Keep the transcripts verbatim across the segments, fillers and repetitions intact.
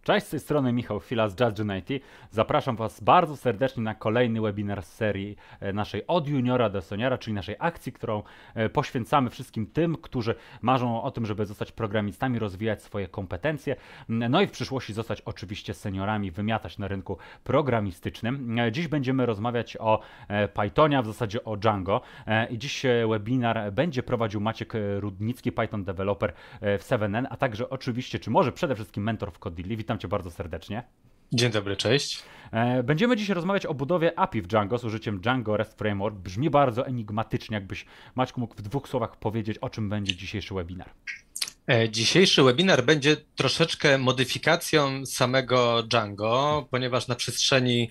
Cześć, z tej strony Michał Chwila z Just Gen I T. Zapraszam Was bardzo serdecznie na kolejny webinar z serii e, naszej Od Juniora do Seniora, czyli naszej akcji, którą e, poświęcamy wszystkim tym, którzy marzą o tym, żeby zostać programistami, rozwijać swoje kompetencje, no i w przyszłości zostać oczywiście seniorami, wymiatać na rynku programistycznym. E, Dziś będziemy rozmawiać o e, Pythonie, a w zasadzie o Django. E, I dziś e, webinar będzie prowadził Maciek Rudnicki, Python developer e, w seven N, a także oczywiście, czy może przede wszystkim mentor w Codilli. Witam Cię bardzo serdecznie. Dzień dobry, cześć. E, Będziemy dziś rozmawiać o budowie A P I w Django z użyciem Django REST Framework. Brzmi bardzo enigmatycznie, jakbyś, Maćku, mógł w dwóch słowach powiedzieć, o czym będzie dzisiejszy webinar. Dzisiejszy webinar będzie troszeczkę modyfikacją samego Django, ponieważ na przestrzeni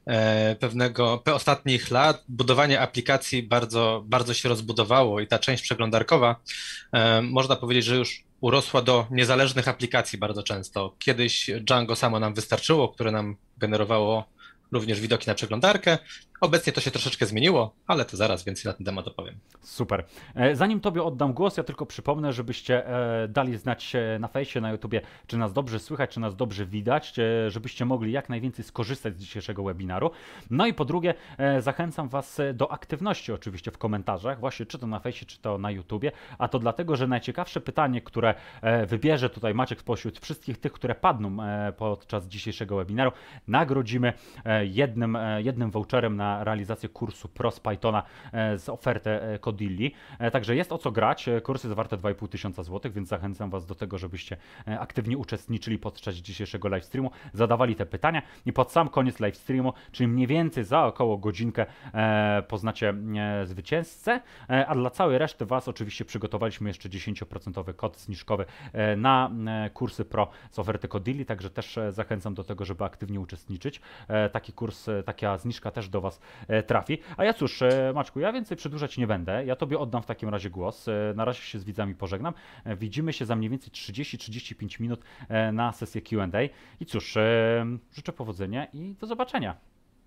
pewnego ostatnich lat budowanie aplikacji bardzo, bardzo się rozbudowało i ta część przeglądarkowa, można powiedzieć, że już urosła do niezależnych aplikacji bardzo często. Kiedyś Django samo nam wystarczyło, które nam generowało również widoki na przeglądarkę. Obecnie to się troszeczkę zmieniło, ale to zaraz więcej na ten temat opowiem. Super. Zanim Tobie oddam głos, ja tylko przypomnę, żebyście dali znać na fejsie, na YouTubie, czy nas dobrze słychać, czy nas dobrze widać, żebyście mogli jak najwięcej skorzystać z dzisiejszego webinaru. No i po drugie, zachęcam Was do aktywności oczywiście w komentarzach, właśnie czy to na fejsie, czy to na YouTubie, a to dlatego, że najciekawsze pytanie, które wybierze tutaj Maciek spośród wszystkich tych, które padną podczas dzisiejszego webinaru, nagrodzimy jednym, jednym voucherem na realizację kursu Pro z Pythona z oferty Codilli. Także jest o co grać. Kurs jest warte dwa i pół tysiąca złotych, więc zachęcam Was do tego, żebyście aktywnie uczestniczyli podczas dzisiejszego live streamu, zadawali te pytania i pod sam koniec live streamu, czyli mniej więcej za około godzinkę, poznacie zwycięzcę, a dla całej reszty Was oczywiście przygotowaliśmy jeszcze dziesięć procent kod zniżkowy na kursy Pro z oferty Codilli, także też zachęcam do tego, żeby aktywnie uczestniczyć. Taki kurs, taka zniżka też do Was trafi. A ja cóż, Maćku, ja więcej przedłużać nie będę. Ja Tobie oddam w takim razie głos. Na razie się z widzami pożegnam. Widzimy się za mniej więcej trzydzieści do trzydziestu pięciu minut na sesję Q and A. I cóż, życzę powodzenia i do zobaczenia.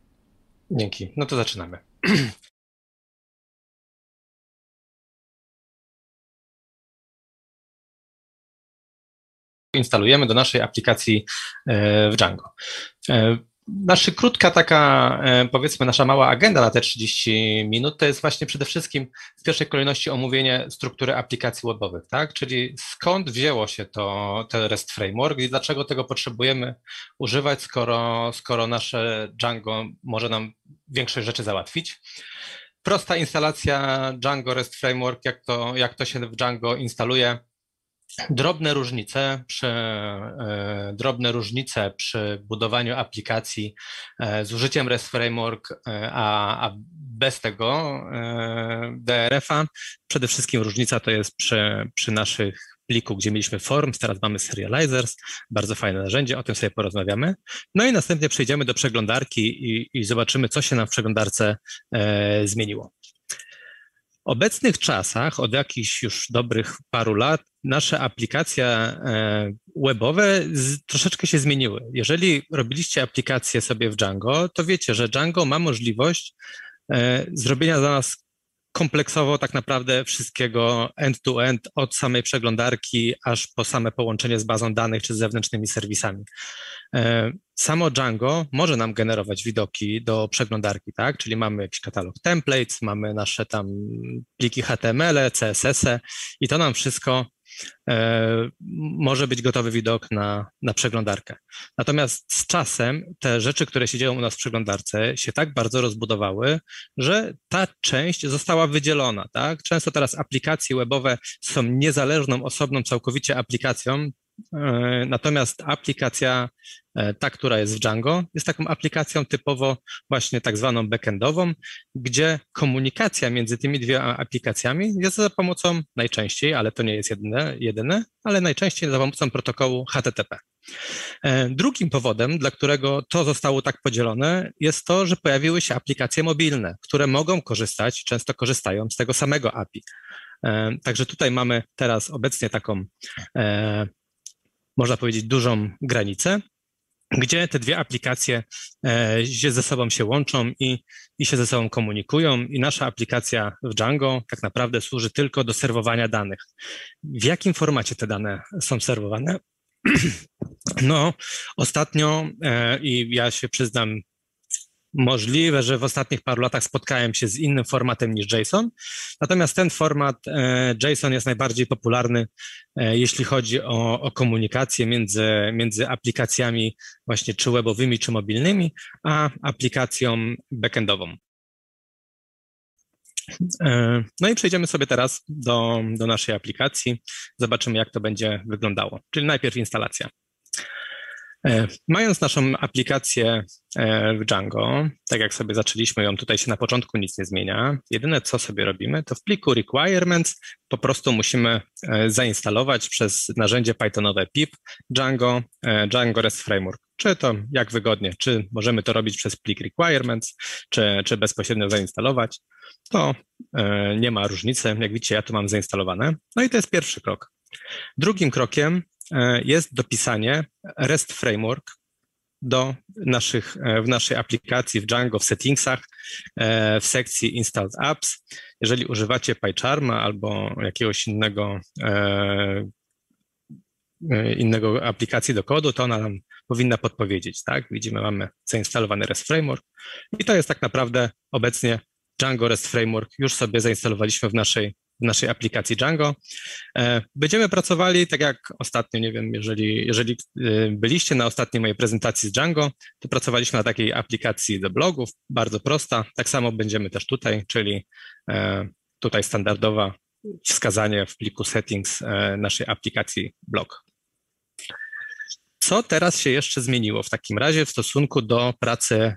Dzięki. No to zaczynamy. Instalujemy do naszej aplikacji w Django. Nasza krótka taka, powiedzmy, nasza mała agenda na te trzydzieści minut to jest właśnie przede wszystkim w pierwszej kolejności omówienie struktury aplikacji webowych, tak? Czyli skąd wzięło się to, to REST Framework i dlaczego tego potrzebujemy używać, skoro, skoro nasze Django może nam większość rzeczy załatwić. Prosta instalacja Django REST Framework, jak to, jak to się w Django instaluje. Drobne różnice przy, e, drobne różnice przy budowaniu aplikacji e, z użyciem REST Framework, e, a, a bez tego e, D R F-a. Przede wszystkim różnica to jest przy, przy naszych pliku, gdzie mieliśmy forms, teraz mamy serializers, bardzo fajne narzędzie, o tym sobie porozmawiamy. No i następnie przejdziemy do przeglądarki i, i zobaczymy, co się nam w przeglądarce e, zmieniło. W obecnych czasach, od jakichś już dobrych paru lat, nasze aplikacje webowe troszeczkę się zmieniły. Jeżeli robiliście aplikacje sobie w Django, to wiecie, że Django ma możliwość zrobienia za nas kompleksowo tak naprawdę wszystkiego end-to-end, od samej przeglądarki aż po same połączenie z bazą danych czy z zewnętrznymi serwisami. Samo Django może nam generować widoki do przeglądarki, tak? Czyli mamy jakiś katalog templates, mamy nasze tam pliki H T M L, C S S i to nam wszystko e, może być gotowy widok na, na przeglądarkę. Natomiast z czasem te rzeczy, które się dzieją u nas w przeglądarce, się tak bardzo rozbudowały, że ta część została wydzielona, tak? Często teraz aplikacje webowe są niezależną, osobną całkowicie aplikacją, natomiast aplikacja, ta, która jest w Django, jest taką aplikacją typowo właśnie tak zwaną backendową, gdzie komunikacja między tymi dwiema aplikacjami jest za pomocą najczęściej, ale to nie jest jedyne, jedyne, ale najczęściej za pomocą protokołu H T T P. Drugim powodem, dla którego to zostało tak podzielone, jest to, że pojawiły się aplikacje mobilne, które mogą korzystać, często korzystają z tego samego A P I. Także tutaj mamy teraz obecnie taką, można powiedzieć, dużą granicę, gdzie te dwie aplikacje e, ze sobą się łączą i, i się ze sobą komunikują i nasza aplikacja w Django tak naprawdę służy tylko do serwowania danych. W jakim formacie te dane są serwowane? No, ostatnio e, i ja się przyznam, możliwe, że w ostatnich paru latach spotkałem się z innym formatem niż JSON, natomiast ten format e, JSON jest najbardziej popularny, e, jeśli chodzi o, o komunikację między, między aplikacjami właśnie czy webowymi, czy mobilnymi, a aplikacją backendową. E, no i przejdziemy sobie teraz do, do naszej aplikacji, zobaczymy, jak to będzie wyglądało, czyli najpierw instalacja. Mając naszą aplikację w Django, tak jak sobie zaczęliśmy ją, tutaj się na początku nic nie zmienia. Jedyne, co sobie robimy, to w pliku requirements po prostu musimy zainstalować przez narzędzie pythonowe pip Django, Django REST Framework. Czy to jak wygodnie, czy możemy to robić przez plik requirements, czy, czy bezpośrednio zainstalować, to nie ma różnicy. Jak widzicie, ja to mam zainstalowane. No i to jest pierwszy krok. Drugim krokiem jest dopisanie REST Framework do naszych, w naszej aplikacji w Django, w settingsach, w sekcji Installed Apps. Jeżeli używacie PyCharma albo jakiegoś innego, innego aplikacji do kodu, to ona nam powinna podpowiedzieć, tak? Widzimy, mamy zainstalowany REST Framework i to jest tak naprawdę obecnie Django REST Framework. Już sobie zainstalowaliśmy w naszej w naszej aplikacji Django. Będziemy pracowali, tak jak ostatnio, nie wiem, jeżeli, jeżeli byliście na ostatniej mojej prezentacji z Django, to pracowaliśmy na takiej aplikacji do blogów, bardzo prosta. Tak samo będziemy też tutaj, czyli tutaj standardowe wskazanie w pliku settings naszej aplikacji blog. Co teraz się jeszcze zmieniło w takim razie w stosunku do pracy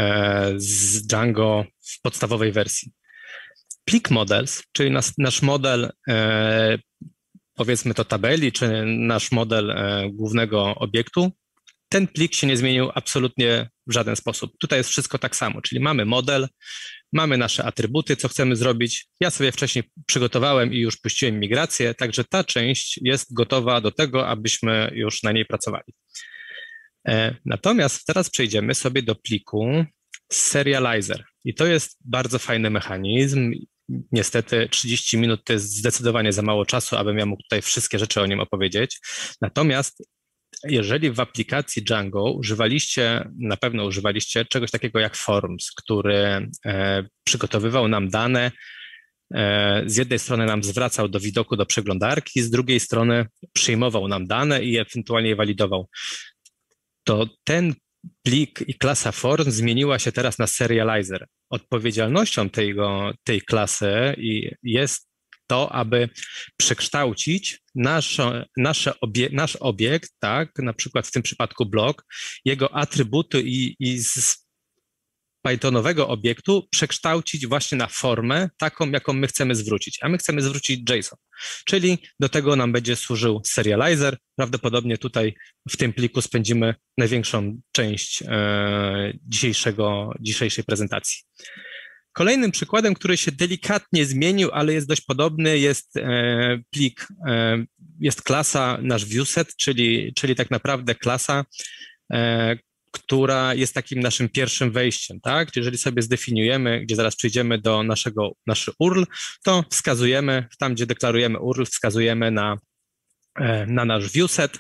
z Django w podstawowej wersji? Plik models, czyli nas, nasz model, e, powiedzmy to tabeli, czy nasz model e, głównego obiektu, ten plik się nie zmienił absolutnie w żaden sposób. Tutaj jest wszystko tak samo, czyli mamy model, mamy nasze atrybuty, co chcemy zrobić. Ja sobie wcześniej przygotowałem i już puściłem migrację, także ta część jest gotowa do tego, abyśmy już na niej pracowali. E, natomiast teraz przejdziemy sobie do pliku serializer i to jest bardzo fajny mechanizm. Niestety trzydzieści minut to jest zdecydowanie za mało czasu, abym ja mógł tutaj wszystkie rzeczy o nim opowiedzieć. Natomiast jeżeli w aplikacji Django używaliście, na pewno używaliście czegoś takiego jak Forms, który e, przygotowywał nam dane, e, z jednej strony nam zwracał do widoku do przeglądarki, z drugiej strony przyjmował nam dane i ewentualnie je walidował, to ten plik i klasa form zmieniła się teraz na serializer. Odpowiedzialnością tego, tej klasy jest to, aby przekształcić nasze, nasze obie, nasz obiekt, tak, na przykład w tym przypadku blok, jego atrybuty i, i z pythonowego obiektu przekształcić właśnie na formę taką, jaką my chcemy zwrócić, a my chcemy zwrócić JSON, czyli do tego nam będzie służył serializer. Prawdopodobnie tutaj w tym pliku spędzimy największą część e, dzisiejszego, dzisiejszej prezentacji. Kolejnym przykładem, który się delikatnie zmienił, ale jest dość podobny, jest e, plik, e, jest klasa nasz viewset, czyli, czyli tak naprawdę klasa, e, która jest takim naszym pierwszym wejściem, tak? Jeżeli sobie zdefiniujemy, gdzie zaraz przejdziemy do naszego, naszy U R L, to wskazujemy, tam gdzie deklarujemy U R L, wskazujemy na, na nasz viewset.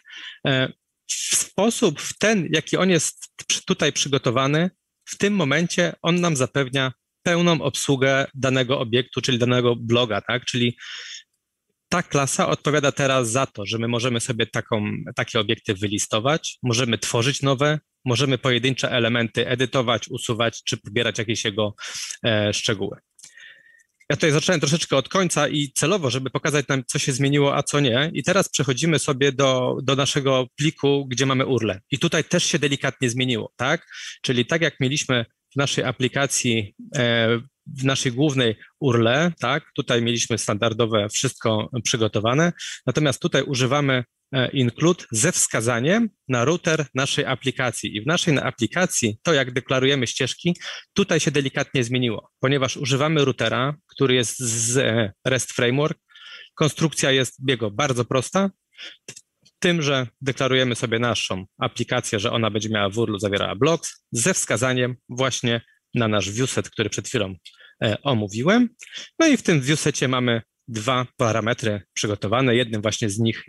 W sposób w ten, jaki on jest tutaj przygotowany, w tym momencie on nam zapewnia pełną obsługę danego obiektu, czyli danego bloga, tak? Czyli ta klasa odpowiada teraz za to, że my możemy sobie taką, takie obiekty wylistować, możemy tworzyć nowe, możemy pojedyncze elementy edytować, usuwać, czy pobierać jakieś jego e, szczegóły. Ja tutaj zacząłem troszeczkę od końca i celowo, żeby pokazać nam, co się zmieniło, a co nie. I teraz przechodzimy sobie do, do naszego pliku, gdzie mamy U R L-e. I tutaj też się delikatnie zmieniło, tak? Czyli tak jak mieliśmy w naszej aplikacji, e, w naszej głównej U R L-e, tak? Tutaj mieliśmy standardowe wszystko przygotowane, natomiast tutaj używamy include ze wskazaniem na router naszej aplikacji. I w naszej aplikacji to, jak deklarujemy ścieżki, tutaj się delikatnie zmieniło, ponieważ używamy routera, który jest z REST Framework. Konstrukcja jest jego bardzo prosta, tym, że deklarujemy sobie naszą aplikację, że ona będzie miała w U R L-u zawierała blocks ze wskazaniem właśnie na nasz viewset, który przed chwilą omówiłem. No i w tym viewsecie mamy dwa parametry przygotowane. Jednym właśnie z nich jest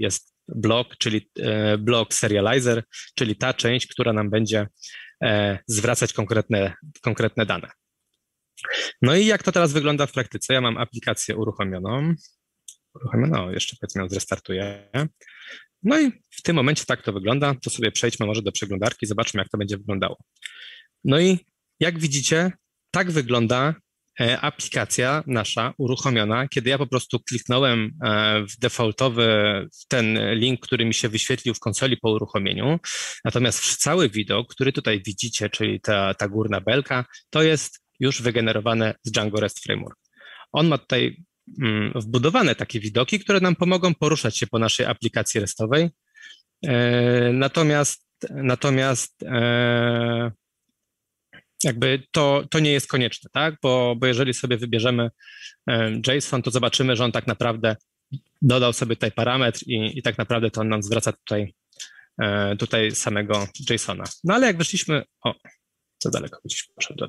blok, czyli blok serializer, czyli ta część, która nam będzie zwracać konkretne, konkretne dane. No i jak to teraz wygląda w praktyce? Ja mam aplikację uruchomioną. Uruchomioną, jeszcze powiedzmy ją zrestartuję. No i w tym momencie tak to wygląda. To sobie przejdźmy może do przeglądarki, zobaczmy, jak to będzie wyglądało. No i jak widzicie, tak wygląda aplikacja nasza uruchomiona, kiedy ja po prostu kliknąłem w defaultowy ten link, który mi się wyświetlił w konsoli po uruchomieniu. Natomiast cały widok, który tutaj widzicie, czyli ta, ta górna belka, to jest już wygenerowane z Django REST Framework. On ma tutaj mm, wbudowane takie widoki, które nam pomogą poruszać się po naszej aplikacji RESTowej. E, natomiast natomiast e, jakby to, to nie jest konieczne, tak? Bo, bo jeżeli sobie wybierzemy JSON, to zobaczymy, że on tak naprawdę dodał sobie tutaj parametr i, i tak naprawdę to on nam zwraca tutaj, tutaj samego JSON-a. No ale jak wyszliśmy... O, co daleko gdzieś poszedłem.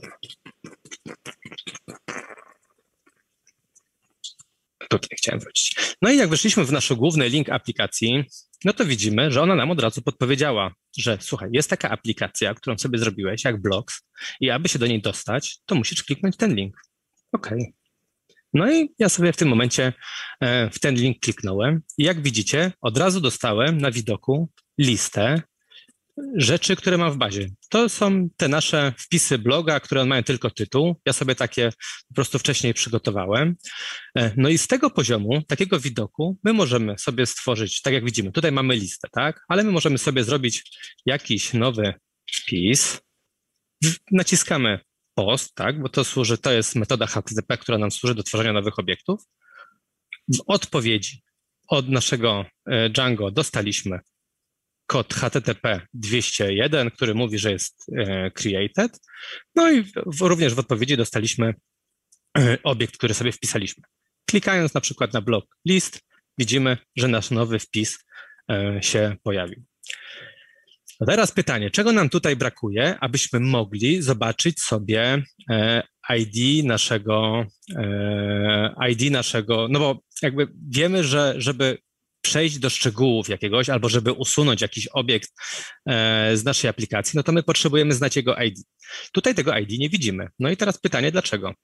Tutaj chciałem wrócić. No i jak weszliśmy w nasz główny link aplikacji, no to widzimy, że ona nam od razu podpowiedziała, że słuchaj, jest taka aplikacja, którą sobie zrobiłeś, jak Blocks, i aby się do niej dostać, to musisz kliknąć ten link. OK. No i ja sobie w tym momencie w ten link kliknąłem i jak widzicie, od razu dostałem na widoku listę rzeczy, które mam w bazie. To są te nasze wpisy bloga, które mają tylko tytuł. Ja sobie takie po prostu wcześniej przygotowałem. No i z tego poziomu, takiego widoku, my możemy sobie stworzyć, tak jak widzimy, tutaj mamy listę, tak? Ale my możemy sobie zrobić jakiś nowy wpis. Naciskamy post, tak? Bo to służy, to jest metoda H T T P, która nam służy do tworzenia nowych obiektów. W odpowiedzi od naszego Django dostaliśmy kod H T T P dwieście jeden, który mówi, że jest created. No i w, również w odpowiedzi dostaliśmy obiekt, który sobie wpisaliśmy. Klikając na przykład na blok list, widzimy, że nasz nowy wpis się pojawił. No teraz pytanie, czego nam tutaj brakuje, abyśmy mogli zobaczyć sobie I D naszego, I D naszego, no bo jakby wiemy, że żeby przejść do szczegółów jakiegoś, albo żeby usunąć jakiś obiekt e, z naszej aplikacji, no to my potrzebujemy znać jego I D. Tutaj tego I D nie widzimy. No i teraz pytanie, dlaczego?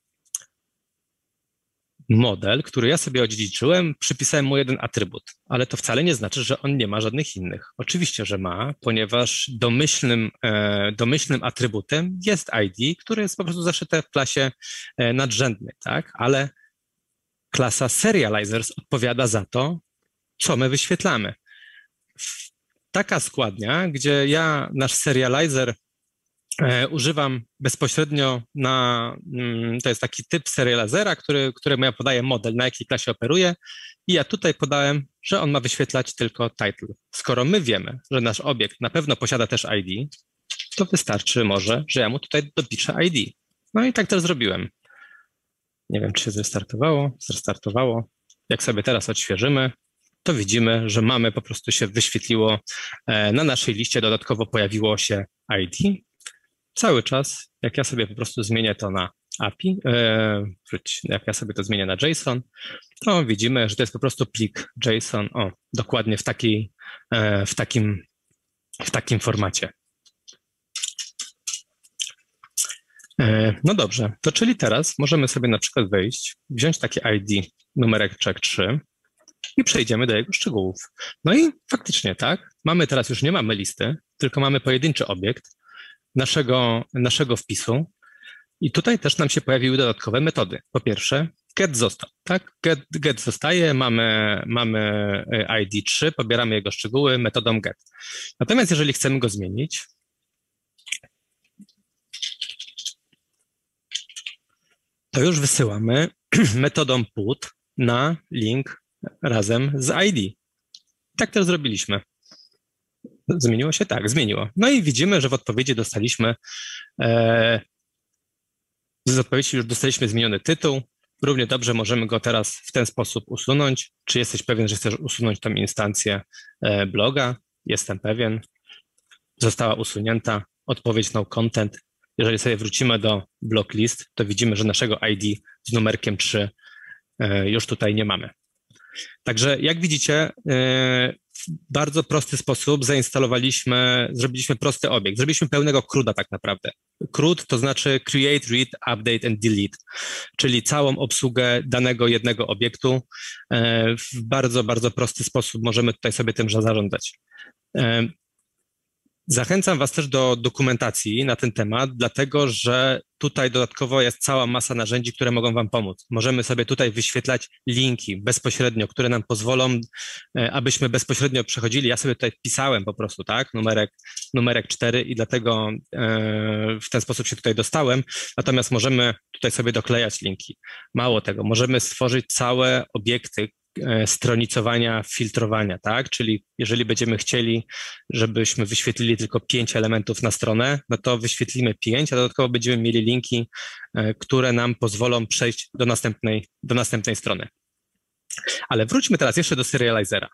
Model, który ja sobie odziedziczyłem, przypisałem mu jeden atrybut, ale to wcale nie znaczy, że on nie ma żadnych innych. Oczywiście, że ma, ponieważ domyślnym, e, domyślnym atrybutem jest I D, który jest po prostu zaszyte w klasie e, nadrzędnej, tak? Ale klasa serializers odpowiada za to, co my wyświetlamy. Taka składnia, gdzie ja nasz serializer e, używam bezpośrednio na, mm, to jest taki typ serializera, który, któremu ja podaję model, na jakiej klasie operuję i ja tutaj podałem, że on ma wyświetlać tylko title. Skoro my wiemy, że nasz obiekt na pewno posiada też I D, to wystarczy może, że ja mu tutaj dopiszę I D. No i tak też zrobiłem. Nie wiem, czy się zrestartowało. Zrestartowało. Jak sobie teraz odświeżymy, to widzimy, że mamy, po prostu się wyświetliło na naszej liście, dodatkowo pojawiło się I D. Cały czas, jak ja sobie po prostu zmienię to na A P I, e, jak ja sobie to zmienię na JSON, to widzimy, że to jest po prostu plik JSON, o, dokładnie w, takiej, e, w, takim, w takim formacie. E, no dobrze, to czyli teraz możemy sobie na przykład wejść, wziąć takie I D, numerek check trzy, i przejdziemy do jego szczegółów. No i faktycznie tak, mamy teraz już nie mamy listy, tylko mamy pojedynczy obiekt naszego, naszego wpisu i tutaj też nam się pojawiły dodatkowe metody. Po pierwsze, get został, tak? Get, get zostaje, mamy, mamy I D trzy, pobieramy jego szczegóły metodą get. Natomiast jeżeli chcemy go zmienić, to już wysyłamy metodą put na link razem z I D. Tak też zrobiliśmy. Zmieniło się? Tak, zmieniło. No i widzimy, że w odpowiedzi dostaliśmy e, z odpowiedzi już dostaliśmy zmieniony tytuł. Równie dobrze możemy go teraz w ten sposób usunąć. Czy jesteś pewien, że chcesz usunąć tą instancję e, bloga? Jestem pewien. Została usunięta. Odpowiedź no content. Jeżeli sobie wrócimy do blog list, to widzimy, że naszego I D z numerkiem trzy e, już tutaj nie mamy. Także jak widzicie, w bardzo prosty sposób zainstalowaliśmy, zrobiliśmy prosty obiekt, zrobiliśmy pełnego CRUD'a tak naprawdę. CRUD to znaczy Create, Read, Update and Delete, czyli całą obsługę danego jednego obiektu w bardzo, bardzo prosty sposób możemy tutaj sobie tym zarządzać. Zachęcam Was też do dokumentacji na ten temat, dlatego że tutaj dodatkowo jest cała masa narzędzi, które mogą Wam pomóc. Możemy sobie tutaj wyświetlać linki bezpośrednio, które nam pozwolą, abyśmy bezpośrednio przechodzili. Ja sobie tutaj wpisałem po prostu, tak, numerek, numerek cztery i dlatego w ten sposób się tutaj dostałem. Natomiast możemy tutaj sobie doklejać linki. Mało tego, możemy stworzyć całe obiekty stronicowania, filtrowania, tak? Czyli jeżeli będziemy chcieli, żebyśmy wyświetlili tylko pięć elementów na stronę, no to wyświetlimy pięć, a dodatkowo będziemy mieli linki, które nam pozwolą przejść do następnej, do następnej strony. Ale wróćmy teraz jeszcze do serializera.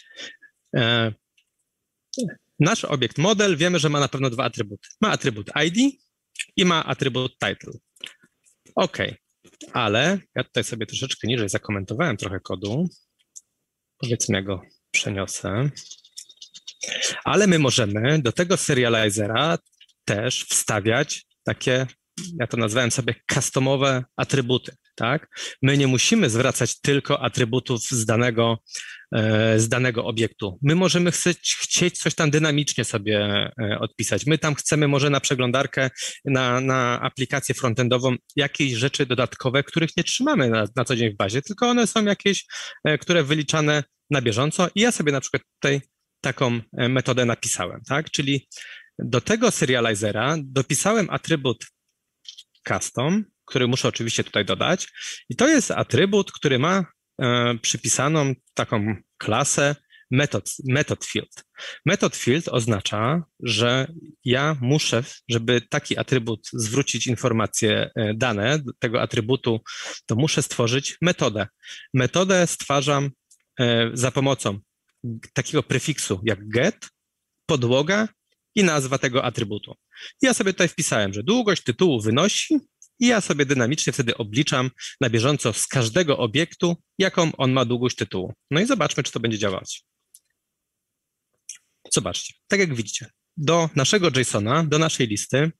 Nasz obiekt model wiemy, że ma na pewno dwa atrybuty. Ma atrybut I D i ma atrybut title. OK. Ale ja tutaj sobie troszeczkę niżej zakomentowałem trochę kodu. Powiedzmy, ja go przeniosę. Ale my możemy do tego serializera też wstawiać takie, ja to nazwałem sobie customowe atrybuty, tak? My nie musimy zwracać tylko atrybutów z danego, z danego obiektu. My możemy chcieć, chcieć coś tam dynamicznie sobie odpisać. My tam chcemy może na przeglądarkę, na, na aplikację frontendową jakieś rzeczy dodatkowe, których nie trzymamy na, na co dzień w bazie, tylko one są jakieś, które wyliczane na bieżąco i ja sobie na przykład tutaj taką metodę napisałem, tak? Czyli do tego serializera dopisałem atrybut custom, który muszę oczywiście tutaj dodać i to jest atrybut, który ma e, przypisaną taką klasę method, method field. Method field oznacza, że ja muszę, żeby taki atrybut zwrócić informacje e, dane do tego atrybutu, to muszę stworzyć metodę. Metodę stwarzam e, za pomocą takiego prefiksu jak get, podłoga i nazwa tego atrybutu. Ja sobie tutaj wpisałem, że długość tytułu wynosi i ja sobie dynamicznie wtedy obliczam na bieżąco z każdego obiektu, jaką on ma długość tytułu. No i zobaczmy, czy to będzie działać. Zobaczcie, tak jak widzicie, do naszego JSON-a, do naszej listy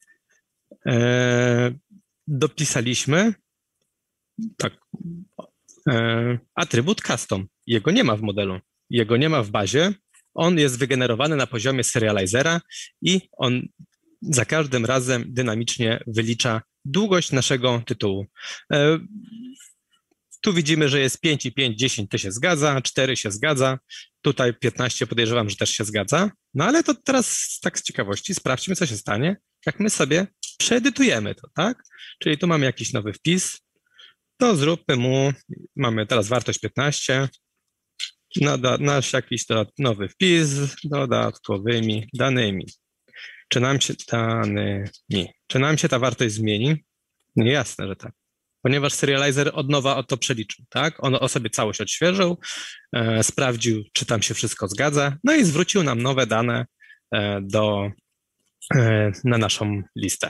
e, dopisaliśmy tak, e, atrybut custom. Jego nie ma w modelu, jego nie ma w bazie. On jest wygenerowany na poziomie serializera i on za każdym razem dynamicznie wylicza długość naszego tytułu. Tu widzimy, że jest pięć i pięć, dziesięć to się zgadza, cztery się zgadza, tutaj piętnaście podejrzewam, że też się zgadza. No ale to teraz tak z ciekawości sprawdźmy, co się stanie, jak my sobie przeedytujemy to, tak? Czyli tu mamy jakiś nowy wpis, to zróbmy mu, mamy teraz wartość piętnaście, nada, nasz jakiś nowy wpis z dodatkowymi danymi. Czy nam się danymi, czy nam się ta wartość zmieni? Nie, jasne, że tak. Ponieważ serializer od nowa o to przeliczył, tak? On o sobie całość odświeżył, e, sprawdził, czy tam się wszystko zgadza, no i zwrócił nam nowe dane e, do, e, na naszą listę.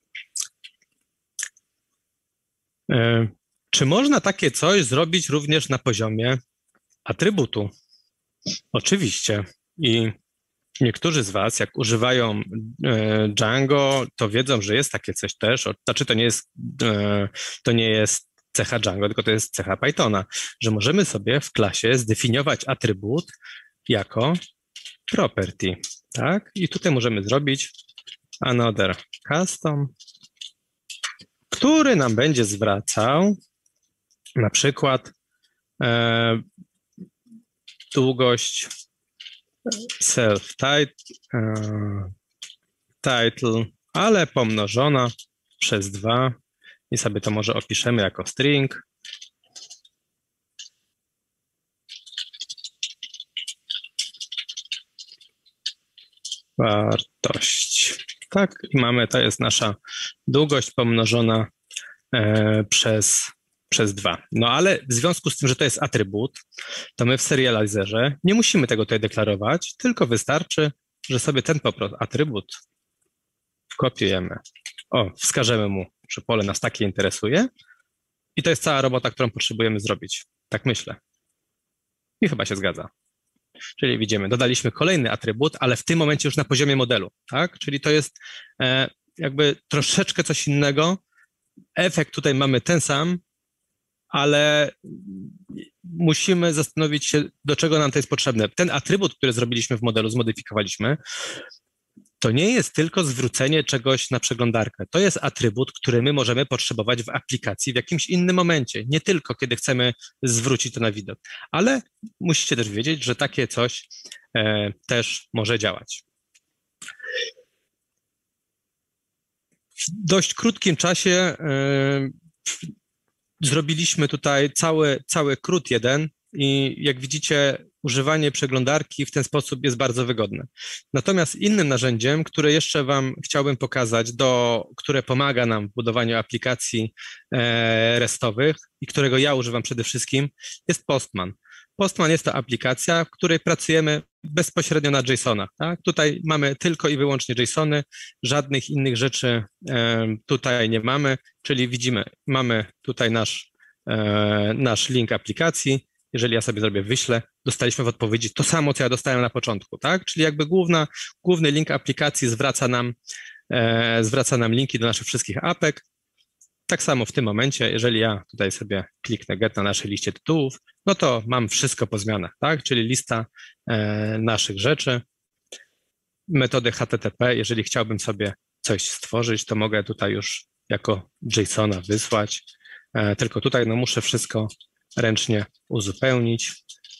E, czy można takie coś zrobić również na poziomie atrybutu? Oczywiście. I niektórzy z Was, jak używają e, Django, to wiedzą, że jest takie coś też. Znaczy, to nie jest, e, to nie jest cecha Django, tylko to jest cecha Pythona, że możemy sobie w klasie zdefiniować atrybut jako property, tak? I tutaj możemy zrobić another custom, który nam będzie zwracał na przykład e, długość self-title, title, ale pomnożona przez dwa i sobie to może opiszemy jako string. Wartość. Tak, i mamy, to jest nasza długość pomnożona e, przez przez dwa. No ale w związku z tym, że to jest atrybut, to my w serializerze nie musimy tego tutaj deklarować, tylko wystarczy, że sobie ten po prostu atrybut kopiujemy. O, wskażemy mu, że pole nas takie interesuje i to jest cała robota, którą potrzebujemy zrobić. Tak myślę. I chyba się zgadza. Czyli widzimy, dodaliśmy kolejny atrybut, ale w tym momencie już na poziomie modelu, tak? Czyli to jest e, jakby troszeczkę coś innego. Efekt tutaj mamy ten sam, ale musimy zastanowić się, do czego nam to jest potrzebne. Ten atrybut, który zrobiliśmy w modelu, zmodyfikowaliśmy, to nie jest tylko zwrócenie czegoś na przeglądarkę. To jest atrybut, który my możemy potrzebować w aplikacji w jakimś innym momencie, nie tylko kiedy chcemy zwrócić to na widok, ale musicie też wiedzieć, że takie coś e, też może działać. W dość krótkim czasie e, zrobiliśmy tutaj cały, cały krót jeden i jak widzicie, używanie przeglądarki w ten sposób jest bardzo wygodne. Natomiast innym narzędziem, które jeszcze Wam chciałbym pokazać, do, które pomaga nam w budowaniu aplikacji e, restowych i którego ja używam przede wszystkim, jest Postman. Postman jest to aplikacja, w której pracujemy bezpośrednio na JSONach. Tak? Tutaj mamy tylko i wyłącznie JSOny, żadnych innych rzeczy e, tutaj nie mamy, czyli widzimy, mamy tutaj nasz, e, nasz link aplikacji. Jeżeli ja sobie zrobię wyślę, dostaliśmy w odpowiedzi to samo, co ja dostałem na początku, tak? Czyli jakby główna, główny link aplikacji zwraca nam, e, zwraca nam linki do naszych wszystkich apek. Tak samo w tym momencie, jeżeli ja tutaj sobie kliknę get na naszej liście tytułów, no to mam wszystko po zmianach, tak? Czyli lista e, naszych rzeczy. Metody H T T P, jeżeli chciałbym sobie coś stworzyć, to mogę tutaj już jako JSON-a wysłać, e, tylko tutaj no muszę wszystko ręcznie uzupełnić.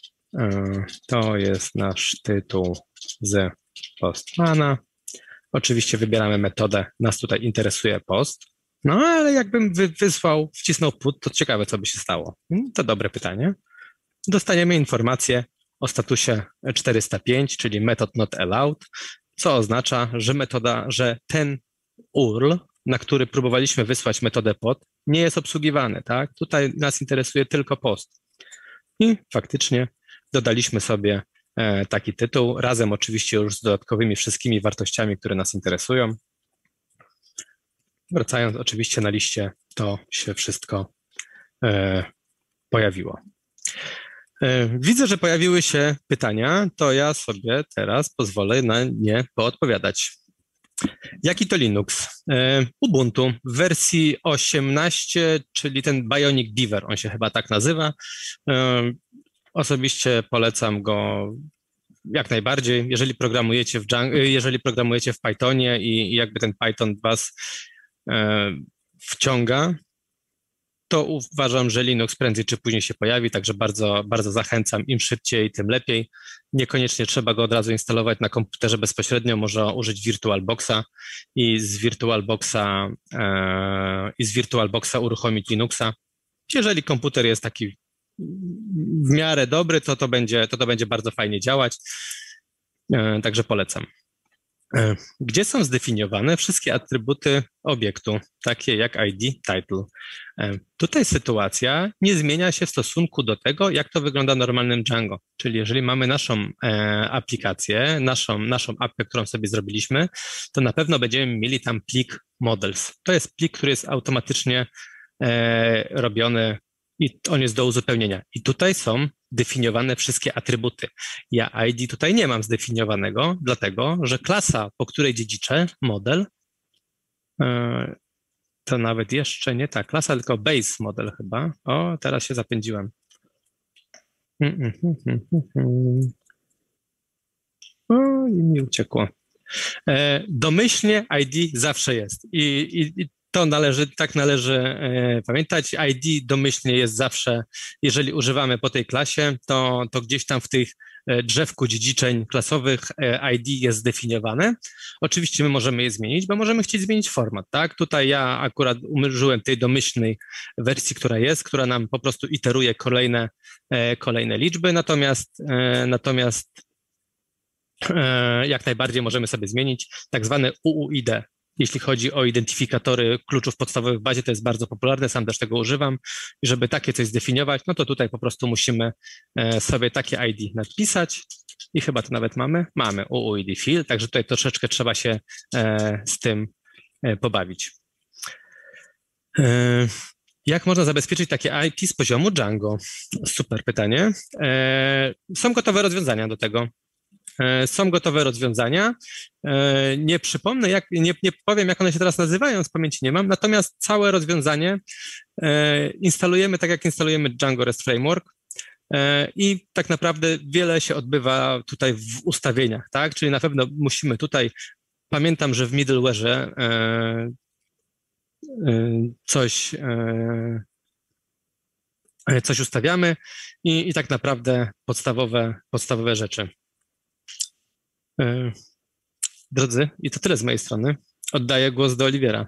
To jest nasz tytuł z Postmana. Oczywiście wybieramy metodę, nas tutaj interesuje post. No ale jakbym wy, wysłał, wcisnął put, to ciekawe, co by się stało. To dobre pytanie. Dostaniemy informację o statusie czterysta pięć, czyli method not allowed, co oznacza, że metoda, że ten U R L, na który próbowaliśmy wysłać metodę pod, nie jest obsługiwany, tak? Tutaj nas interesuje tylko post. I faktycznie dodaliśmy sobie e, taki tytuł, razem oczywiście już z dodatkowymi wszystkimi wartościami, które nas interesują. Wracając oczywiście na liście, to się wszystko e, pojawiło. E, widzę, że pojawiły się pytania, to ja sobie teraz pozwolę na nie poodpowiadać. Jaki to Linux? Ubuntu w wersji osiemnaście, czyli ten Bionic Beaver, on się chyba tak nazywa. Osobiście polecam go jak najbardziej. Jeżeli programujecie w Django, jeżeli programujecie w Pythonie i jakby ten Python was wciąga, to uważam, że Linux prędzej czy później się pojawi, także bardzo, bardzo zachęcam, im szybciej, tym lepiej. Niekoniecznie trzeba go od razu instalować na komputerze bezpośrednio, można użyć VirtualBoxa i z VirtualBoxa, e, i z VirtualBoxa uruchomić Linuxa. Jeżeli komputer jest taki w miarę dobry, to to będzie, to to będzie bardzo fajnie działać, e, także polecam. Gdzie są zdefiniowane wszystkie atrybuty obiektu, takie jak I D, title. Tutaj sytuacja nie zmienia się w stosunku do tego, jak to wygląda w normalnym Django. Czyli jeżeli mamy naszą e, aplikację, naszą, naszą appę, którą sobie zrobiliśmy, to na pewno będziemy mieli tam plik models. To jest plik, który jest automatycznie e, robiony i on jest do uzupełnienia. I tutaj są definiowane wszystkie atrybuty. Ja I D tutaj nie mam zdefiniowanego, dlatego że klasa, po której dziedziczę, model, to nawet jeszcze nie ta klasa, tylko base model chyba. O, teraz się zapędziłem. O, i mi uciekło. Domyślnie I D zawsze jest i, i, i to należy, tak należy e, pamiętać. I D domyślnie jest zawsze, jeżeli używamy po tej klasie, to, to gdzieś tam w tych e, drzewku dziedziczeń klasowych e, I D jest zdefiniowane. Oczywiście my możemy je zmienić, bo możemy chcieć zmienić format, tak? Tutaj ja akurat użyłem tej domyślnej wersji, która jest, która nam po prostu iteruje kolejne, e, kolejne liczby, natomiast, e, natomiast e, jak najbardziej możemy sobie zmienić tak zwane U U I D. Jeśli chodzi o identyfikatory kluczów podstawowych w bazie, to jest bardzo popularne, sam też tego używam. I żeby takie coś zdefiniować, no to tutaj po prostu musimy sobie takie I D napisać i chyba to nawet mamy. Mamy U U I D field, także tutaj troszeczkę trzeba się z tym pobawić. Jak można zabezpieczyć takie I P z poziomu Django? Super pytanie. E, są gotowe rozwiązania do tego. E, są gotowe rozwiązania. E, nie przypomnę, jak, nie, nie powiem, jak one się teraz nazywają, z pamięci nie mam, natomiast całe rozwiązanie e, instalujemy tak, jak instalujemy Django REST Framework. I tak naprawdę wiele się odbywa tutaj w ustawieniach, tak? Czyli na pewno musimy tutaj, pamiętam, że w middleware'ze coś, coś ustawiamy i, i tak naprawdę podstawowe, podstawowe rzeczy. Drodzy, i to tyle z mojej strony. Oddaję głos do Oliwiera.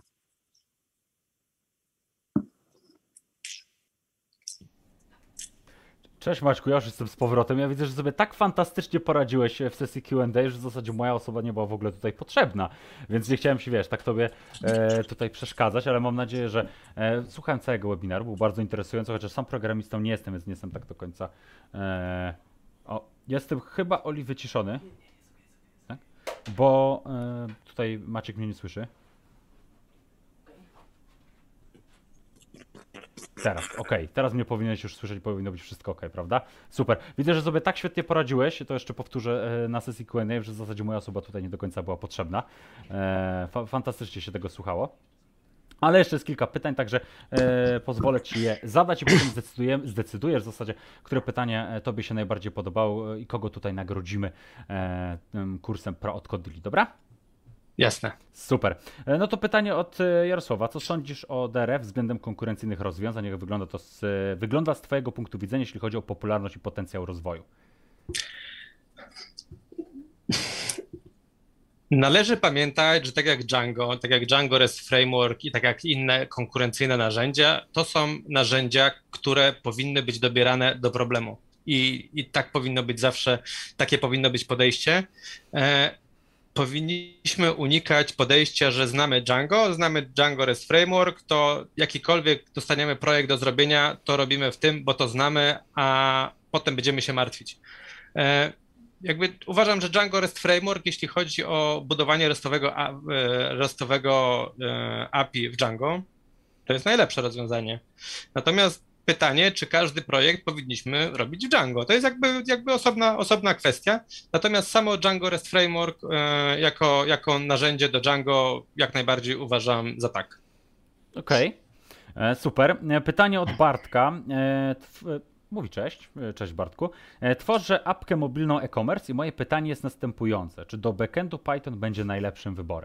Cześć Maćku, ja już jestem z powrotem. Ja widzę, że sobie tak fantastycznie poradziłeś w sesji Q and A, że w zasadzie moja osoba nie była w ogóle tutaj potrzebna. Więc nie chciałem się, wiesz, tak tobie e, tutaj przeszkadzać, ale mam nadzieję, że e, słuchałem całego webinaru, był bardzo interesujący, chociaż sam programistą nie jestem, więc nie jestem tak do końca... E, o, jestem chyba Oli wyciszony, tak? Bo e, tutaj Maciek mnie nie słyszy. Teraz, okej, okay. Teraz mnie powinieneś już słyszeć, powinno być wszystko ok, prawda? Super. Widzę, że sobie tak świetnie poradziłeś, to jeszcze powtórzę na sesji Q and A, że w zasadzie moja osoba tutaj nie do końca była potrzebna. E, fa fantastycznie się tego słuchało. Ale jeszcze jest kilka pytań, także e, pozwolę Ci je zadać i potem zdecydujesz w zasadzie, które pytanie Tobie się najbardziej podobało i kogo tutaj nagrodzimy e, tym kursem Pro od Kodili, dobra? Jasne. Super. No to pytanie od Jarosława. Co sądzisz o D R F względem konkurencyjnych rozwiązań? Jak wygląda to z, wygląda z Twojego punktu widzenia, jeśli chodzi o popularność i potencjał rozwoju? Należy pamiętać, że tak jak Django, tak jak Django REST Framework i tak jak inne konkurencyjne narzędzia, to są narzędzia, które powinny być dobierane do problemu. I, i tak powinno być zawsze, takie powinno być podejście. E Powinniśmy unikać podejścia, że znamy Django, znamy Django REST Framework, to jakikolwiek dostaniemy projekt do zrobienia, to robimy w tym, bo to znamy, a potem będziemy się martwić. E, jakby uważam, że Django REST Framework, jeśli chodzi o budowanie restowego, restowego A P I w Django, to jest najlepsze rozwiązanie. Natomiast pytanie, czy każdy projekt powinniśmy robić w Django. To jest jakby, jakby osobna, osobna kwestia. Natomiast samo Django REST Framework e, jako, jako narzędzie do Django jak najbardziej uważam za tak. Okej, okay. Super. Pytanie od Bartka. E, Mówi cześć, cześć Bartku. Tworzę apkę mobilną e-commerce i moje pytanie jest następujące. Czy do backendu Python będzie najlepszym wyborem?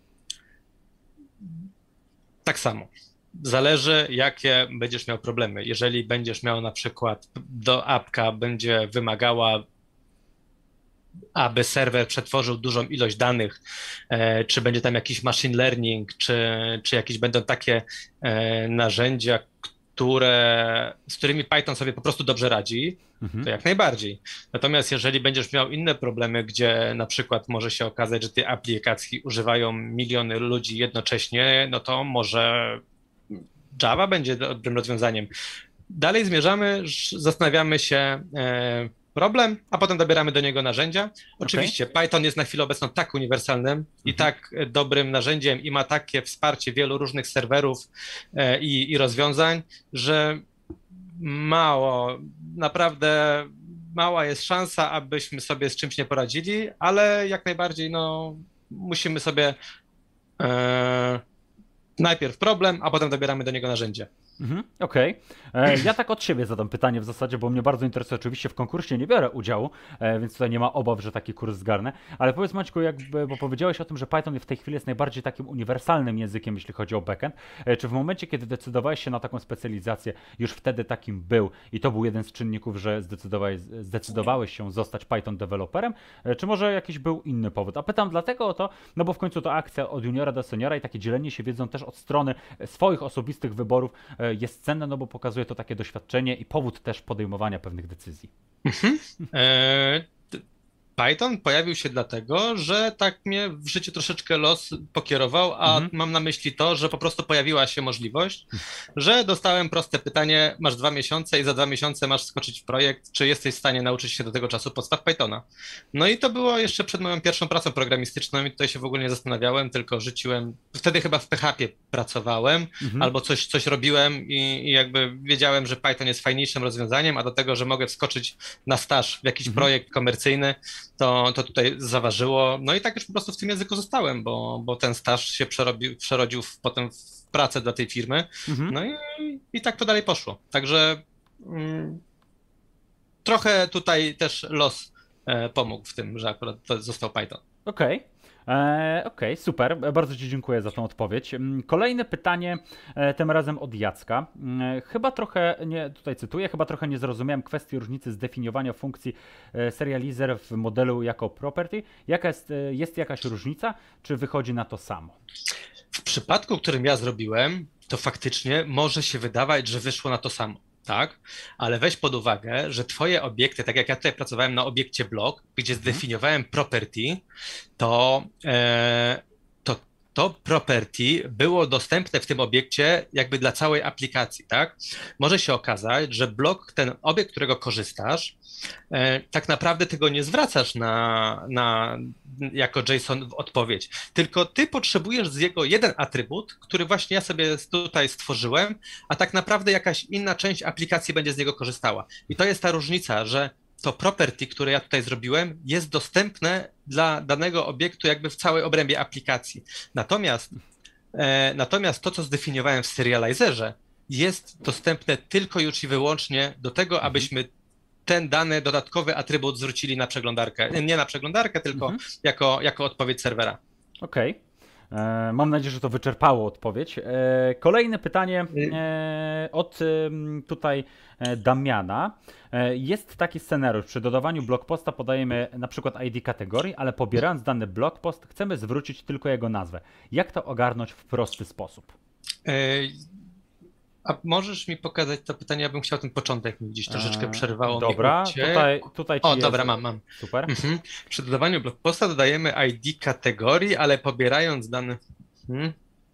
Tak samo. Zależy, jakie będziesz miał problemy. Jeżeli będziesz miał na przykład do apka będzie wymagała, aby serwer przetworzył dużą ilość danych, e, czy będzie tam jakiś machine learning, czy, czy jakieś będą takie e, narzędzia, które, z którymi Python sobie po prostu dobrze radzi, mhm. to jak najbardziej. Natomiast jeżeli będziesz miał inne problemy, gdzie na przykład może się okazać, że te aplikacje używają miliony ludzi jednocześnie, no to może Java będzie dobrym rozwiązaniem. Dalej zmierzamy, zastanawiamy się e, problem, a potem dobieramy do niego narzędzia. Oczywiście okay. Python jest na chwilę obecną tak uniwersalnym mhm. i tak dobrym narzędziem i ma takie wsparcie wielu różnych serwerów e, i, i rozwiązań, że mało, naprawdę mała jest szansa, abyśmy sobie z czymś nie poradzili, ale jak najbardziej no, musimy sobie e, najpierw problem, a potem dobieramy do niego narzędzie. Mhm, okej. Okay. Ja tak od siebie zadam pytanie w zasadzie, bo mnie bardzo interesuje. Oczywiście w konkursie nie biorę udziału, e, więc tutaj nie ma obaw, że taki kurs zgarnę. Ale powiedz Maćku, jakby, bo powiedziałeś o tym, że Python w tej chwili jest najbardziej takim uniwersalnym językiem, jeśli chodzi o backend. E, czy w momencie, kiedy decydowałeś się na taką specjalizację, już wtedy takim był i to był jeden z czynników, że zdecydowałeś, zdecydowałeś się zostać Python deweloperem, e, czy może jakiś był inny powód? A pytam dlatego o to, no bo w końcu to akcja od juniora do seniora i takie dzielenie się wiedzą też od strony swoich osobistych wyborów e, jest cenne, no bo pokazuje to takie doświadczenie i powód też podejmowania pewnych decyzji. Mhm. E, Python pojawił się dlatego, że tak mnie w życiu troszeczkę los pokierował, a Mhm. mam na myśli to, że po prostu pojawiła się możliwość, że dostałem proste pytanie, masz dwa miesiące i za dwa miesiące masz skoczyć w projekt, czy jesteś w stanie nauczyć się do tego czasu podstaw Pythona. No i to było jeszcze przed moją pierwszą pracą programistyczną i tutaj się w ogóle nie zastanawiałem, tylko rzuciłem, wtedy chyba w P H P pracowałem, Mhm. albo coś, coś robiłem i, i jakby wiedziałem, że Python jest fajniejszym rozwiązaniem, a do tego, że mogę wskoczyć na staż w jakiś Mhm. projekt komercyjny, to, to tutaj zaważyło. No i tak już po prostu w tym języku zostałem, bo, bo ten staż się przerobił, przerodził w, potem w pracę dla tej firmy. Mhm. No i, i tak to dalej poszło. Także mm, trochę tutaj też los e, pomógł w tym, że akurat to został Python. Okej. E, Okej, super. Bardzo Ci dziękuję za tą odpowiedź. Mm, Kolejne pytanie, e, tym razem od Jacka. Mm, Chyba trochę, nie, tutaj cytuję, chyba trochę nie zrozumiałem kwestii różnicy zdefiniowania funkcji e, serializer w modelu jako property. Jaka jest, e, jest jakaś różnica, czy wychodzi na to samo? W przypadku, którym ja zrobiłem, to faktycznie może się wydawać, że wyszło na to samo. Tak, ale weź pod uwagę, że twoje obiekty, tak jak ja tutaj pracowałem na obiekcie blok, gdzie zdefiniowałem property, to, e, to to property było dostępne w tym obiekcie jakby dla całej aplikacji, tak? Może się okazać, że blok, ten obiekt, którego korzystasz, e, tak naprawdę ty go nie zwracasz na, na, jako JSON w odpowiedź, tylko ty potrzebujesz z jego jeden atrybut, który właśnie ja sobie tutaj stworzyłem, a tak naprawdę jakaś inna część aplikacji będzie z niego korzystała. I to jest ta różnica, że to property, które ja tutaj zrobiłem, jest dostępne dla danego obiektu jakby w całej obrębie aplikacji. Natomiast, e, natomiast to, co zdefiniowałem w serializerze, jest dostępne tylko już i wyłącznie do tego, abyśmy ten dany dodatkowy atrybut zwrócili na przeglądarkę. Nie na przeglądarkę, tylko Mhm. jako, jako odpowiedź serwera. Okej. E, Mam nadzieję, że to wyczerpało odpowiedź. E, Kolejne pytanie e, od em, tutaj e, Damiana. E, Jest taki scenariusz. Przy dodawaniu blog posta podajemy na przykład I D kategorii, ale pobierając dany blog post chcemy zwrócić tylko jego nazwę. Jak to ogarnąć w prosty sposób? E, A możesz mi pokazać to pytanie? Ja bym chciał ten początek, mi gdzieś troszeczkę E, przerwało. Dobra, mi uciekł. tutaj, tutaj ci O, jest... dobra, mam, mam. Super. Mhm. Przy dodawaniu blog posta dodajemy I D kategorii, ale pobierając dany... Hmm.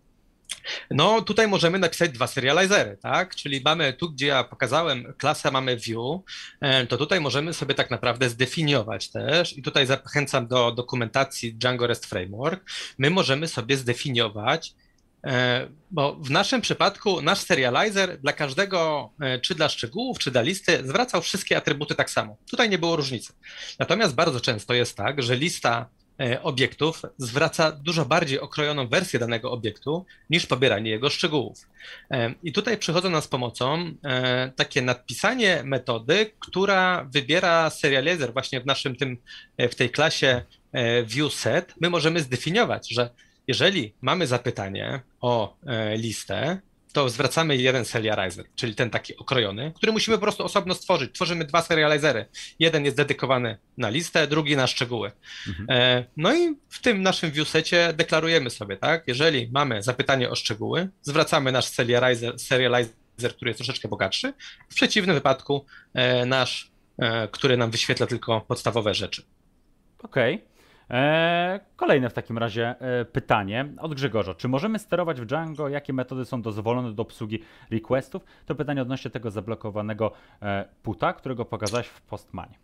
No, tutaj możemy napisać dwa serializery, tak? Czyli mamy tu, gdzie ja pokazałem klasę, mamy view, e, to tutaj możemy sobie tak naprawdę zdefiniować też i tutaj zachęcam do dokumentacji Django REST Framework. My możemy sobie zdefiniować, e, bo w naszym przypadku nasz serializer dla każdego, e, czy dla szczegółów, czy dla listy, zwracał wszystkie atrybuty tak samo. Tutaj nie było różnicy. Natomiast bardzo często jest tak, że lista e, obiektów zwraca dużo bardziej okrojoną wersję danego obiektu niż pobieranie jego szczegółów. E, I tutaj przychodzą nam z pomocą e, takie napisanie metody, która wybiera serializer właśnie w naszym tym, e, w tej klasie e, viewSet. My możemy zdefiniować, że jeżeli mamy zapytanie o e, listę, to zwracamy jeden serializer, czyli ten taki okrojony, który musimy po prostu osobno stworzyć. Tworzymy dwa serializery. Jeden jest dedykowany na listę, drugi na szczegóły. Mhm. E, no i w tym naszym viewsecie deklarujemy sobie, tak, jeżeli mamy zapytanie o szczegóły, zwracamy nasz serializer, serializer, który jest troszeczkę bogatszy. W przeciwnym wypadku e, nasz, e, który nam wyświetla tylko podstawowe rzeczy. Okej. Eee, Kolejne w takim razie e, pytanie od Grzegorza. Czy możemy sterować w Django, jakie metody są dozwolone do obsługi requestów? To pytanie odnośnie tego zablokowanego e, puta, którego pokazałeś w Postmanie.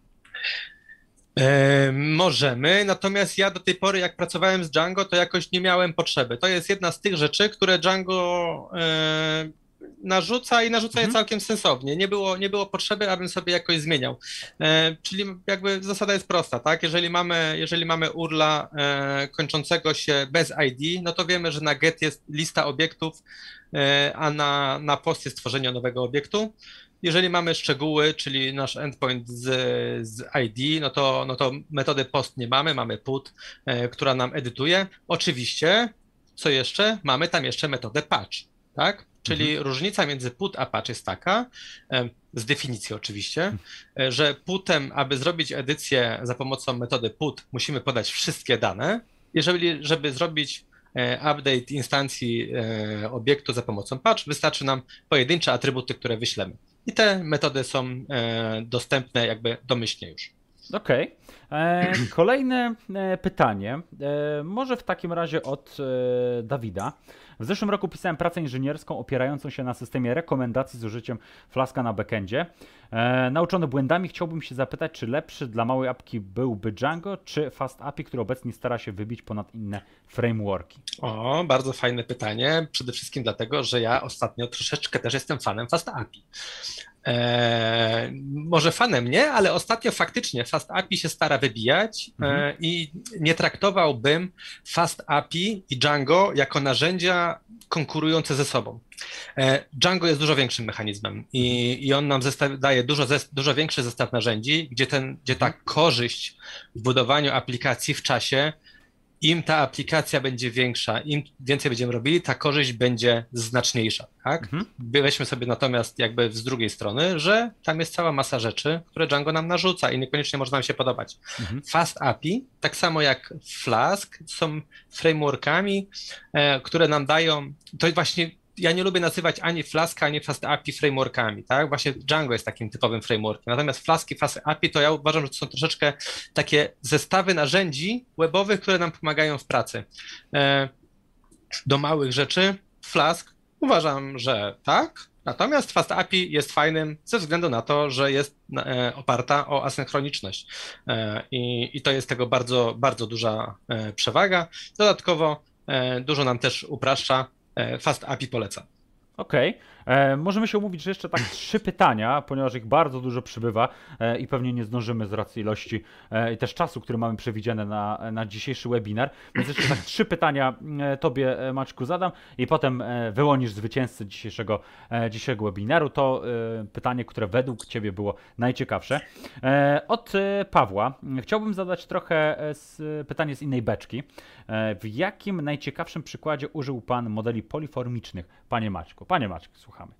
E, możemy, natomiast ja do tej pory, jak pracowałem z Django, to jakoś nie miałem potrzeby. To jest jedna z tych rzeczy, które Django e, narzuca i narzuca je Mhm. całkiem sensownie. Nie było, nie było potrzeby, abym sobie jakoś zmieniał. E, czyli jakby zasada jest prosta, tak? Jeżeli mamy, jeżeli mamy urla e, kończącego się bez I D, no to wiemy, że na get jest lista obiektów, e, a na, na post jest tworzenie nowego obiektu. Jeżeli mamy szczegóły, czyli nasz endpoint z, z I D, no to, no to metody post nie mamy, mamy put, e, która nam edytuje. Oczywiście, co jeszcze? Mamy tam jeszcze metodę patch, tak? Czyli mhm. różnica między put a patch jest taka, e, z definicji oczywiście, e, że putem, aby zrobić edycję za pomocą metody put, musimy podać wszystkie dane. Jeżeli, żeby zrobić update instancji e, obiektu za pomocą patch, wystarczy nam pojedyncze atrybuty, które wyślemy. I te metody są e, dostępne jakby domyślnie już. Okej. E, Kolejne e, pytanie, e, może w takim razie od e, Dawida. W zeszłym roku pisałem pracę inżynierską opierającą się na systemie rekomendacji z użyciem Flaska na backendzie. E, nauczony błędami chciałbym się zapytać, czy lepszy dla małej apki byłby Django, czy Fast A P I, który obecnie stara się wybić ponad inne frameworki? O, bardzo fajne pytanie. Przede wszystkim dlatego, że ja ostatnio troszeczkę też jestem fanem Fast A P I. Eee, może fanem nie, ale ostatnio faktycznie Fast A P I się stara wybijać mhm. e, i nie traktowałbym Fast A P I i Django jako narzędzia konkurujące ze sobą. E, Django jest dużo większym mechanizmem i, i on nam zestaw, daje dużo, dużo większy zestaw narzędzi, gdzie, ten, gdzie ta korzyść w budowaniu aplikacji w czasie, im ta aplikacja będzie większa, im więcej będziemy robili, ta korzyść będzie znaczniejsza, tak? Mhm. Weźmy sobie natomiast jakby z drugiej strony, że tam jest cała masa rzeczy, które Django nam narzuca i niekoniecznie może nam się podobać. Mhm. Fast A P I, tak samo jak Flask, są frameworkami, e, które nam dają, to właśnie ja nie lubię nazywać ani Flaska, ani Fast A P I frameworkami, tak? Właśnie Django jest takim typowym frameworkiem. Natomiast Flask i Fast A P I to ja uważam, że to są troszeczkę takie zestawy narzędzi webowych, które nam pomagają w pracy. Do małych rzeczy Flask uważam, że tak. Natomiast Fast A P I jest fajnym ze względu na to, że jest oparta o asynchroniczność i, i to jest tego bardzo, bardzo duża przewaga. Dodatkowo dużo nam też upraszcza. Fast A P I polecam. Okej. Okay. Możemy się umówić, że jeszcze tak trzy pytania, ponieważ ich bardzo dużo przybywa e, i pewnie nie zdążymy z racji ilości e, i też czasu, który mamy przewidziany na, na dzisiejszy webinar. Więc jeszcze tak trzy pytania e, Tobie, Maćku, zadam i potem e, wyłonisz zwycięzcę dzisiejszego, e, dzisiejszego webinaru. To e, pytanie, które według Ciebie było najciekawsze. E, od e, Pawła chciałbym zadać trochę e, z, pytanie z innej beczki. E, w jakim najciekawszym przykładzie użył Pan modeli poliformicznych, Panie Maćku? Panie Maćku, słuchamy.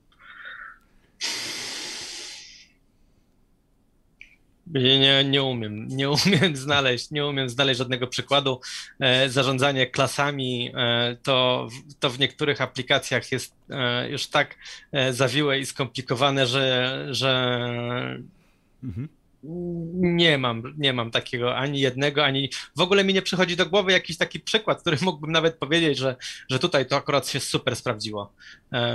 Nie, nie umiem, nie umiem znaleźć, nie umiem znaleźć żadnego przykładu. E, zarządzanie klasami e, to, to w niektórych aplikacjach jest e, już tak e, zawiłe i skomplikowane, że, że mhm. nie mam, nie mam takiego ani jednego, ani w ogóle mi nie przychodzi do głowy jakiś taki przykład, który mógłbym nawet powiedzieć, że, że tutaj to akurat się super sprawdziło. E,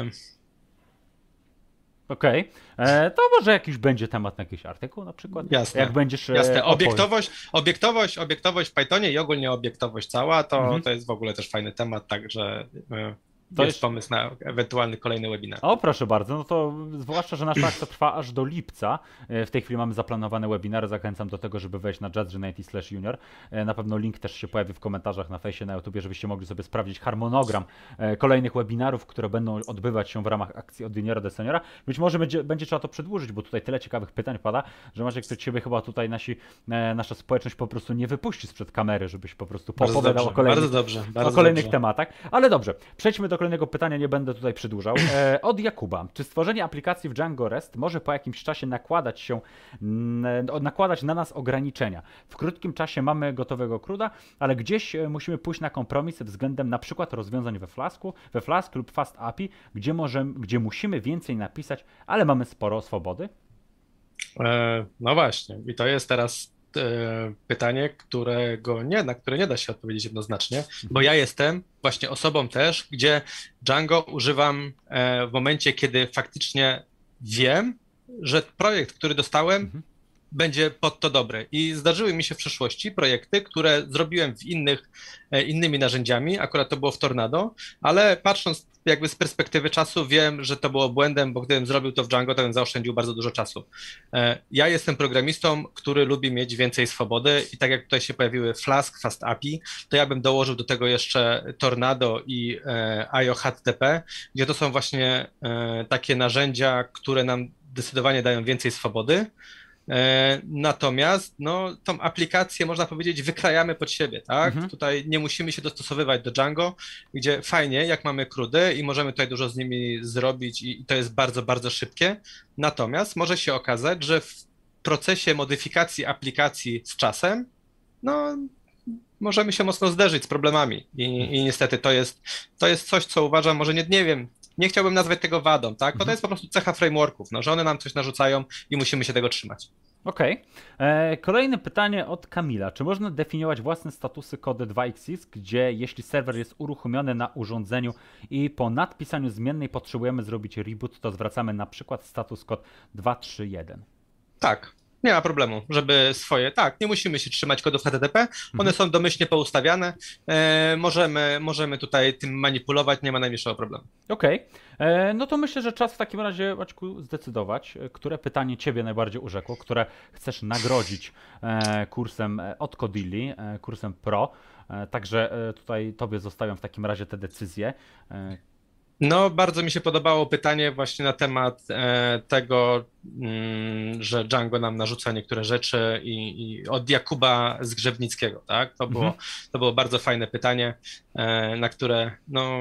Okej, okay. To może jakiś będzie temat na jakiś artykuł na przykład? Jasne, jak będziesz jasne. Obiektowość, obiektowość, obiektowość w Pythonie i ogólnie obiektowość cała, to, mhm. to jest w ogóle też fajny temat, także to jest, jest pomysł na ewentualny kolejny webinar. O, proszę bardzo, no to zwłaszcza, że nasza akcja trwa aż do lipca. W tej chwili mamy zaplanowane webinary, zachęcam do tego, żeby wejść na jazzy slash junior. Na pewno link też się pojawi w komentarzach na fejsie, na YouTubie, żebyście mogli sobie sprawdzić harmonogram kolejnych webinarów, które będą odbywać się w ramach akcji od juniora do seniora. Być może będzie, będzie trzeba to przedłużyć, bo tutaj tyle ciekawych pytań pada, że Maciek, przed Ciebie chyba tutaj nasi, nasza społeczność po prostu nie wypuści sprzed kamery, żebyś po prostu opowiadał o kolejnych, bardzo dobrze, bardzo o kolejnych dobrze. tematach. Ale dobrze, przejdźmy do kolejnego pytania, nie będę tutaj przedłużał. E, od Jakuba. Czy stworzenie aplikacji w Django REST może po jakimś czasie nakładać się, n, nakładać na nas ograniczenia? W krótkim czasie mamy gotowego CRUDa, ale gdzieś musimy pójść na kompromis względem na przykład rozwiązań we Flasku, we Flask lub Fast A P I, gdzie, możemy, gdzie musimy więcej napisać, ale mamy sporo swobody? E, no właśnie. I to jest teraz pytanie, którego nie, na które nie da się odpowiedzieć jednoznacznie, bo ja jestem właśnie osobą też, gdzie Django używam w momencie, kiedy faktycznie wiem, że projekt, który dostałem, mhm. będzie pod to dobry. I zdarzyły mi się w przeszłości projekty, które zrobiłem w innych, innymi narzędziami, akurat to było w Tornado, ale patrząc jakby z perspektywy czasu wiem, że to było błędem, bo gdybym zrobił to w Django, to bym zaoszczędził bardzo dużo czasu. Ja jestem programistą, który lubi mieć więcej swobody i tak jak tutaj się pojawiły Flask, Fast A P I, to ja bym dołożył do tego jeszcze Tornado i I O H T T P, gdzie to są właśnie takie narzędzia, które nam zdecydowanie dają więcej swobody. Natomiast no, tą aplikację, można powiedzieć, wykrajamy pod siebie, tak? Mhm. Tutaj nie musimy się dostosowywać do Django, gdzie fajnie, jak mamy CRUDy i możemy tutaj dużo z nimi zrobić i to jest bardzo, bardzo szybkie. Natomiast może się okazać, że w procesie modyfikacji aplikacji z czasem, no możemy się mocno zderzyć z problemami i, i niestety to jest, to jest coś, co uważam, może nie, nie wiem, nie chciałbym nazwać tego wadą, tak? Bo to jest po prostu cecha frameworków, no, że one nam coś narzucają i musimy się tego trzymać. Okej. Okay. Kolejne pytanie od Kamila. Czy można definiować własne statusy kody dwa x x, gdzie jeśli serwer jest uruchomiony na urządzeniu i po nadpisaniu zmiennej potrzebujemy zrobić reboot, to zwracamy na przykład status kod dwa trzy jeden? Tak. Nie ma problemu, żeby swoje, tak, nie musimy się trzymać kodów H T T P, one mhm. są domyślnie poustawiane, e, możemy, możemy tutaj tym manipulować, nie ma najmniejszego problemu. Okej, okay. No to myślę, że czas w takim razie, Maćku, zdecydować, które pytanie Ciebie najbardziej urzekło, które chcesz nagrodzić e, kursem od Codilli, e, kursem Pro, e, także e, tutaj Tobie zostawiam w takim razie te decyzje. E, No, bardzo mi się podobało pytanie właśnie na temat e, tego, mm, że Django nam narzuca niektóre rzeczy i, i od Jakuba Zgrzebnickiego, tak? To było, mhm. to było bardzo fajne pytanie, e, na które no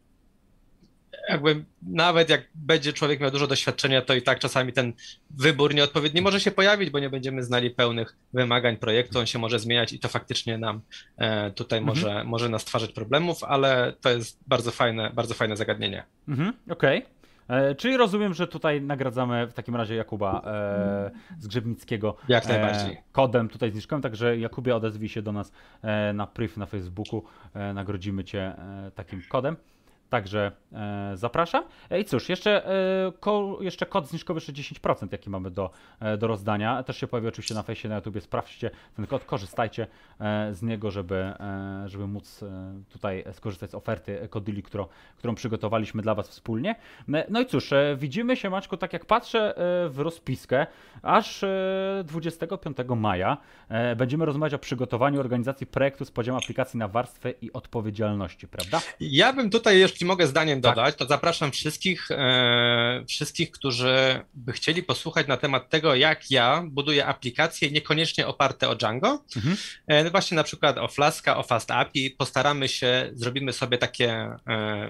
jakby nawet jak będzie człowiek miał dużo doświadczenia, to i tak czasami ten wybór nieodpowiedni może się pojawić, bo nie będziemy znali pełnych wymagań projektu, on się może zmieniać i to faktycznie nam e, tutaj mhm. może, może nas stwarzać problemów, ale to jest bardzo fajne, bardzo fajne zagadnienie. Mhm, okej. Okay. Czyli rozumiem, że tutaj nagradzamy w takim razie Jakuba e, Zgrzebnickiego Jak najbardziej. E, kodem tutaj zniżkowym, także Jakubie, odezwij się do nas e, na priv na Facebooku, e, nagrodzimy Cię e, takim kodem. Także e, zapraszam. I cóż, jeszcze, e, ko, jeszcze kod zniżkowy jeszcze dziesięć procent, jaki mamy do, e, do rozdania. Też się pojawi oczywiście na fejsie, na YouTubie. Sprawdźcie ten kod, korzystajcie e, z niego, żeby, e, żeby móc e, tutaj skorzystać z oferty Codilli, którą, którą przygotowaliśmy dla Was wspólnie. No i cóż, e, widzimy się, Maćku, tak jak patrzę e, w rozpiskę, aż e, dwudziestego piątego maja e, będziemy rozmawiać o przygotowaniu organizacji projektu z podziałem aplikacji na warstwy i odpowiedzialności, prawda? Ja bym tutaj jeszcze Jeśli mogę zdaniem dodać, tak. to zapraszam wszystkich, e, wszystkich, którzy by chcieli posłuchać na temat tego, jak ja buduję aplikacje niekoniecznie oparte o Django. Mhm. E, właśnie na przykład o Flaska, o Fast A P I. Postaramy się, zrobimy sobie takie e,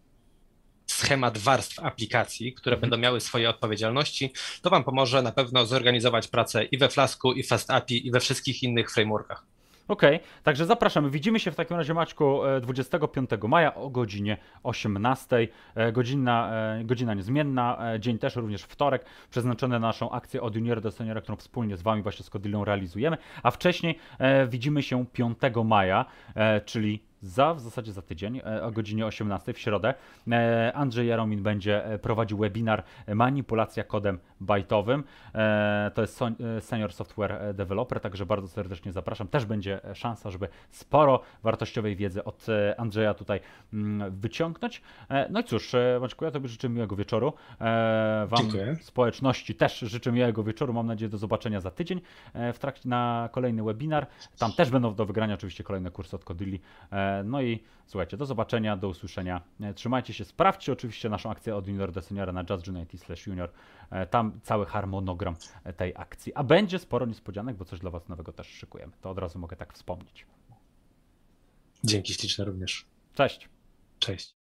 schemat warstw aplikacji, które mhm. będą miały swoje odpowiedzialności. To Wam pomoże na pewno zorganizować pracę i we Flasku, i Fast A P I, i we wszystkich innych frameworkach. Okej, okay, także zapraszamy. Widzimy się w takim razie, Maćku, dwudziestego piątego maja o godzinie osiemnastej. Godzina, godzina niezmienna, dzień też również wtorek, przeznaczony na naszą akcję od juniora do seniora, którą wspólnie z Wami właśnie z Codillą realizujemy. A wcześniej e, widzimy się piątego maja, e, czyli za, w zasadzie za tydzień, o godzinie osiemnastej w środę. Andrzej Jaromin będzie prowadził webinar Manipulacja kodem bajtowym. To jest Senior Software Developer, także bardzo serdecznie zapraszam. Też będzie szansa, żeby sporo wartościowej wiedzy od Andrzeja tutaj wyciągnąć. No i cóż, Maćku, ja Tobie życzę miłego wieczoru. Wam, Dziękuję. Społeczności też życzę miłego wieczoru. Mam nadzieję do zobaczenia za tydzień w trakcie na kolejny webinar. Tam też będą do wygrania oczywiście kolejne kursy od Codilli. No i słuchajcie, do zobaczenia, do usłyszenia. Trzymajcie się, sprawdźcie oczywiście naszą akcję od junior do seniora na just slash junior. Tam cały harmonogram tej akcji. A będzie sporo niespodzianek, bo coś dla Was nowego też szykujemy. To od razu mogę tak wspomnieć. Dzięki śliczne również. Cześć. Cześć.